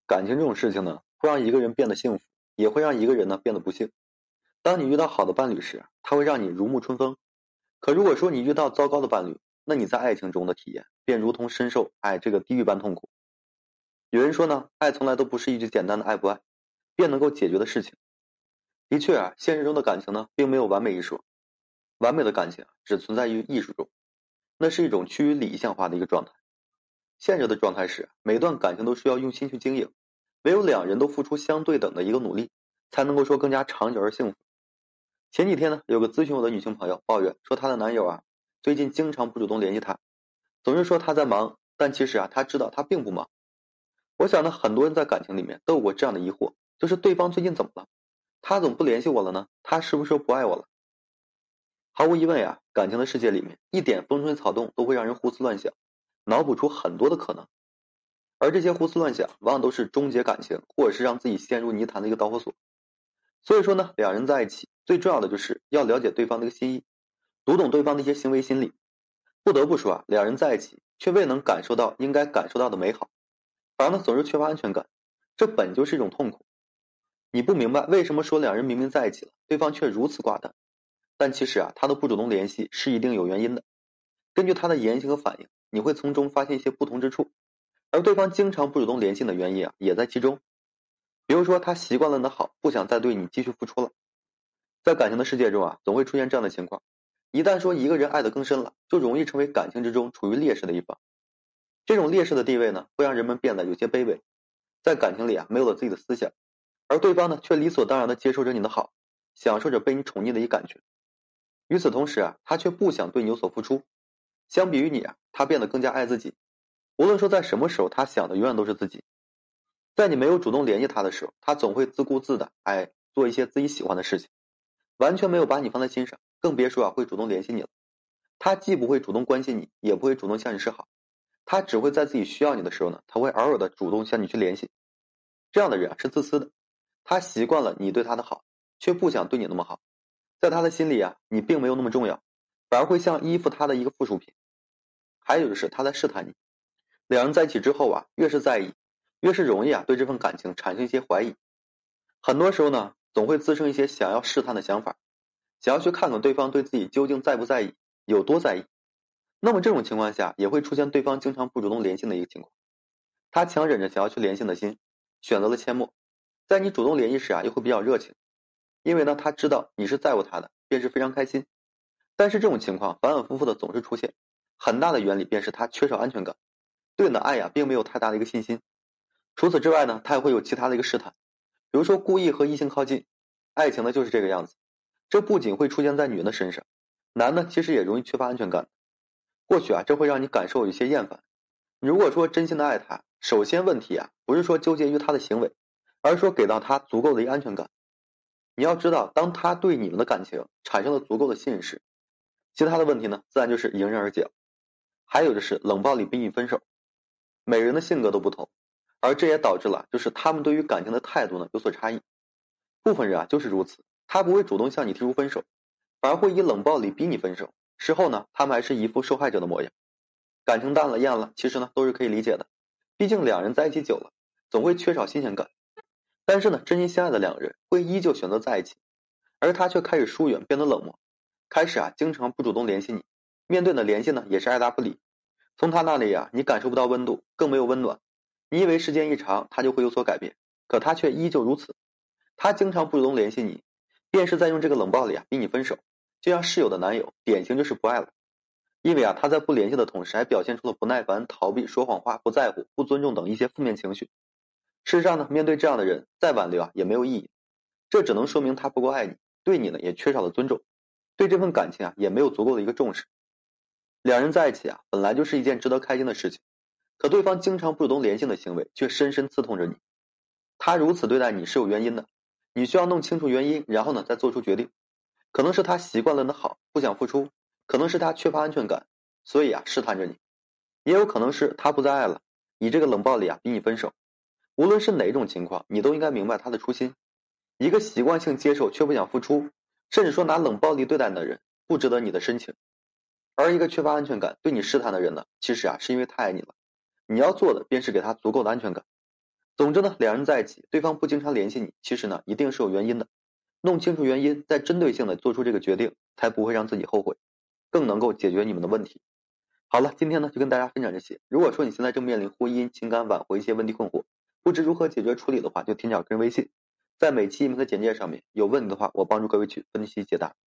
感情这种事情呢，会让一个人变得幸福，也会让一个人呢变得不幸。当你遇到好的伴侣时，他会让你如沐春风；可如果说你遇到糟糕的伴侣，那你在爱情中的体验便如同深受这个地狱般痛苦。有人说呢，爱从来都不是一句简单的爱不爱便能够解决的事情。的确现实中的感情呢，并没有完美一说，完美的感情只存在于艺术中，那是一种趋于理想化的一个状态。现实的状态是，每段感情都需要用心去经营，唯有两人都付出相对等的一个努力，才能够说更加长久而幸福。前几天呢，有个咨询我的女性朋友抱怨说，她的男友最近经常不主动联系她，总是说她在忙，但其实她知道她并不忙。我想呢，很多人在感情里面都有过这样的疑惑，就是对方最近怎么了？他怎么不联系我了呢？他是不是不爱我了？毫无疑问感情的世界里面，一点风吹草动都会让人胡思乱想，脑补出很多的可能。而这些胡思乱想，往往都是终结感情，或者是让自己陷入泥潭的一个导火索。所以说呢，两人在一起最重要的就是要了解对方的一个心意，读懂对方的一些行为心理。不得不说两人在一起却未能感受到应该感受到的美好，反而呢总是缺乏安全感，这本就是一种痛苦。你不明白为什么说两人明明在一起了，对方却如此寡淡，但其实他都不主动联系是一定有原因的。根据他的言行和反应，你会从中发现一些不同之处，而对方经常不主动联系的原因也在其中。比如说他习惯了你的好，不想再对你继续付出了。在感情的世界中总会出现这样的情况，一旦说一个人爱得更深了，就容易成为感情之中处于劣势的一方。这种劣势的地位呢，会让人们变得有些卑微，在感情里没有了自己的思想，而对方呢却理所当然地接受着你的好，享受着被你宠溺的一感觉。与此同时他却不想对你有所付出。相比于你他变得更加爱自己，无论说在什么时候，他想的永远都是自己。在你没有主动联系他的时候，他总会自顾自的做一些自己喜欢的事情，完全没有把你放在心上，更别说会主动联系你了。他既不会主动关心你，也不会主动向你示好，他只会在自己需要你的时候呢，他会偶尔的主动向你去联系。这样的人是自私的，他习惯了你对他的好，却不想对你那么好。在他的心里你并没有那么重要，反而会像依附他的一个附属品。还有就是他在试探你，两人在一起之后越是在意，越是容易对这份感情产生一些怀疑。很多时候呢，总会滋生一些想要试探的想法，想要去看看对方对自己究竟在不在意，有多在意。那么这种情况下，也会出现对方经常不主动联系的一个情况。他强忍着想要去联系的心，选择了缄默。在你主动联系时又会比较热情，因为呢，他知道你是在乎他的，便是非常开心。但是这种情况反反复复的总是出现，很大的原理便是他缺少安全感，对你的爱并没有太大的一个信心。除此之外呢，他也会有其他的一个试探，比如说故意和异性靠近。爱情呢就是这个样子，这不仅会出现在女人的身上，男呢其实也容易缺乏安全感。或许这会让你感受有些厌烦。如果说真心的爱他，首先问题不是说纠结于他的行为，而是说给到他足够的一个安全感。你要知道，当他对你们的感情产生了足够的信任时，其他的问题呢自然就是迎刃而解。还有就是冷暴力逼你分手。每人的性格都不同，而这也导致了就是他们对于感情的态度呢有所差异。部分人就是如此，他不会主动向你提出分手，反而会以冷暴力逼你分手。事后呢，他们还是一副受害者的模样。感情淡了厌了，其实呢都是可以理解的，毕竟两人在一起久了，总会缺少新鲜感。但是呢，真心相爱的两人会依旧选择在一起，而他却开始疏远，变得冷漠，开始经常不主动联系你，面对的联系呢也是爱答不理。从他那里你感受不到温度，更没有温暖。你以为时间一长他就会有所改变，可他却依旧如此。他经常不主动联系你，便是在用这个冷暴力逼你分手。就像室友的男友，典型就是不爱了。因为他在不联系的同时，还表现出了不耐烦、逃避、说谎话、不在乎、不尊重等一些负面情绪。事实上呢，面对这样的人，再挽留也没有意义。这只能说明他不够爱你，对你呢也缺少了尊重，对这份感情也没有足够的一个重视。两人在一起本来就是一件值得开心的事情，可对方经常不主动联系的行为却深深刺痛着你。他如此对待你是有原因的，你需要弄清楚原因，然后呢再做出决定。可能是他习惯了你的好，不想付出，可能是他缺乏安全感，所以试探着你，也有可能是他不再爱了，以这个冷暴力逼你分手。无论是哪种情况，你都应该明白他的初心。一个习惯性接受却不想付出，甚至说拿冷暴力对待你的人，不值得你的深情。而一个缺乏安全感对你试探的人呢，其实是因为太爱你了。你要做的便是给他足够的安全感。 总之呢，两人在一起，对方不经常联系你，其实呢，一定是有原因的。弄清楚原因，再针对性的做出这个决定，才不会让自己后悔，更能够解决你们的问题。好了，今天呢就跟大家分享这些。如果说你现在正面临婚姻、情感挽回一些问题困惑，不知如何解决处理的话，就添加我个人微信，在每期音频的简介上面，有问题的话，我帮助各位去分析解答。